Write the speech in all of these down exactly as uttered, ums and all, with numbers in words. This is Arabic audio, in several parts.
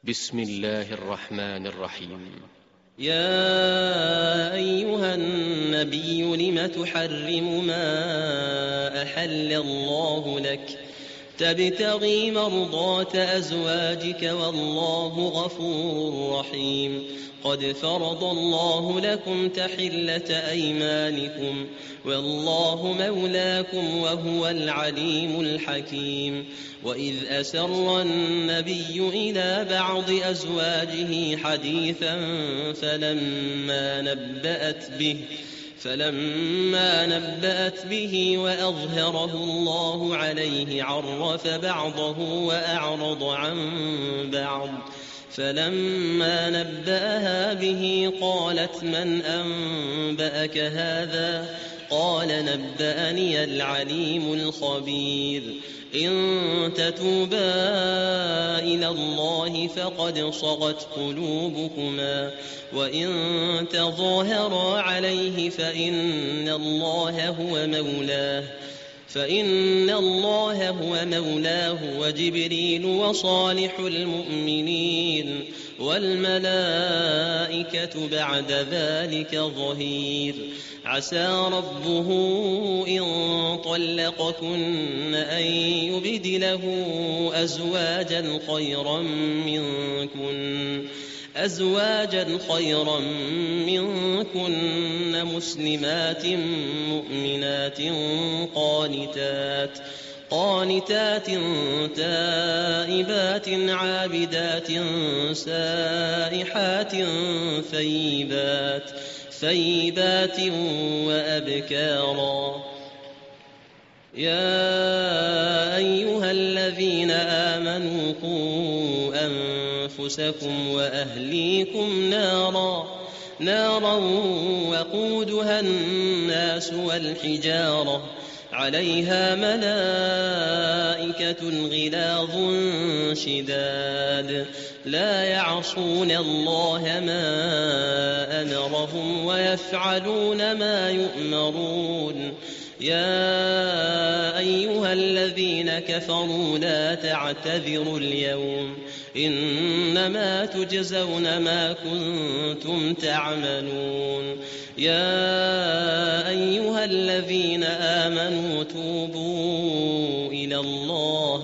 بسم الله الرحمن الرحيم. يا أيها النبي لم تحرم ما أحل الله لك تبتغي مرضات أزواجك والله غفور رحيم. قد فرض الله لكم تحلة أيمانكم والله مولاكم وهو العليم الحكيم. وإذ أسر النبي إلى بعض أزواجه حديثا فلما نبأت به فلما نبأت به وأظهره الله عليه عرف بعضه وأعرض عن بعض. فلما نبأها به قالت من أنبأك هذا؟ قال نبأني العليم الخبير. إن تتوبا إلى الله فقد صغت قلوبكما وإن تظاهرا عليه فإن الله هو مولاه فإن الله هو مولاه وجبريل وصالح المؤمنين والملائكة بعد ذلك ظهير. عسى ربه إن طلقكن أن يبدله أزواجا خيرا منكن أزواجا خيرا منكن مسلمات مؤمنات قانتات قانتات تائبات عابدات سائحات ثيبات ثيبات وأبكارا. يا أيها الذين آمنوا قوا أنفسكم وأهليكم نارا نارا وقودها الناس والحجارة عليها ملائكة غلاظ شداد لا يعصون الله ما أمرهم ويفعلون ما يؤمرون. يا أيها الذين كفروا لا تعتذروا اليوم إنما تجزون ما كنتم تعملون. يا أيها الذين آمنوا توبوا إلى الله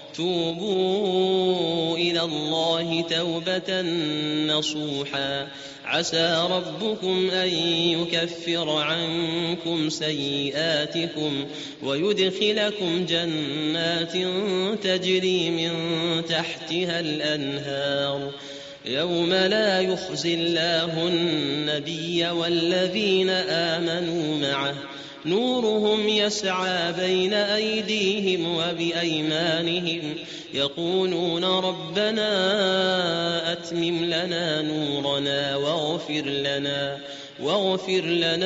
توبوا إلى الله توبة نصوحا عسى ربكم أن يكفر عنكم سيئاتكم ويدخلكم جنات تجري من تحتها الأنهار يوم لا يخزي الله النبي والذين آمنوا معه نورهم يسعى بين أيديهم وبأيمانهم يقولون ربنا أتمم لنا نورنا واغفر لنا واغفر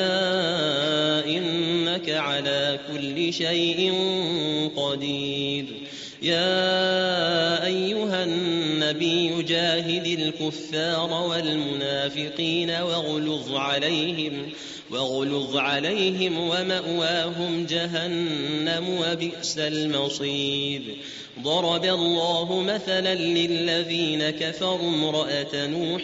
لنا إنك على كل شيء قدير. يا أيها النبي جاهد الكفار والمنافقين واغلظ عليهم واغلظ عليهم ومأواهم جهنم وبئس المصير. ضرب الله مثلا للذين كفروا امرأة نوح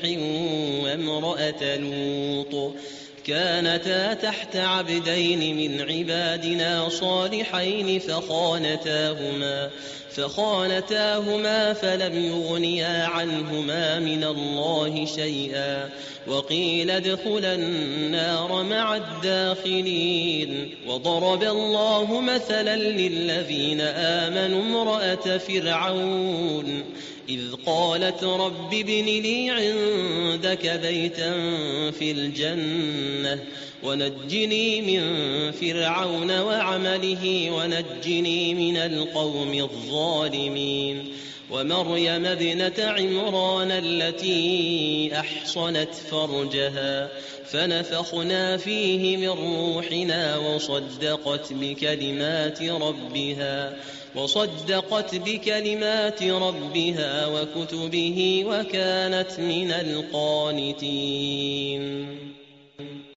وامرأة لوط كانتا تحت عبدين من عبادنا صالحين فخانتاهما فخانتاهما فلم يغنيا عنهما من الله شيئا وقيل ادخلا النار مع الداخلين. وضرب الله مثلا للذين آمنوا امرأة فرعون إذ قالت رب ابن لي عندك بيتا في الجنة ونجني من فرعون وعمله ونجني من القوم الظالمين. ومريم ابنة عمران التي أحصنت فرجها فنفخنا فيه من روحنا وصدقت بكلمات ربها وصدقت بكلمات ربها وكتبه وكانت من القانتين.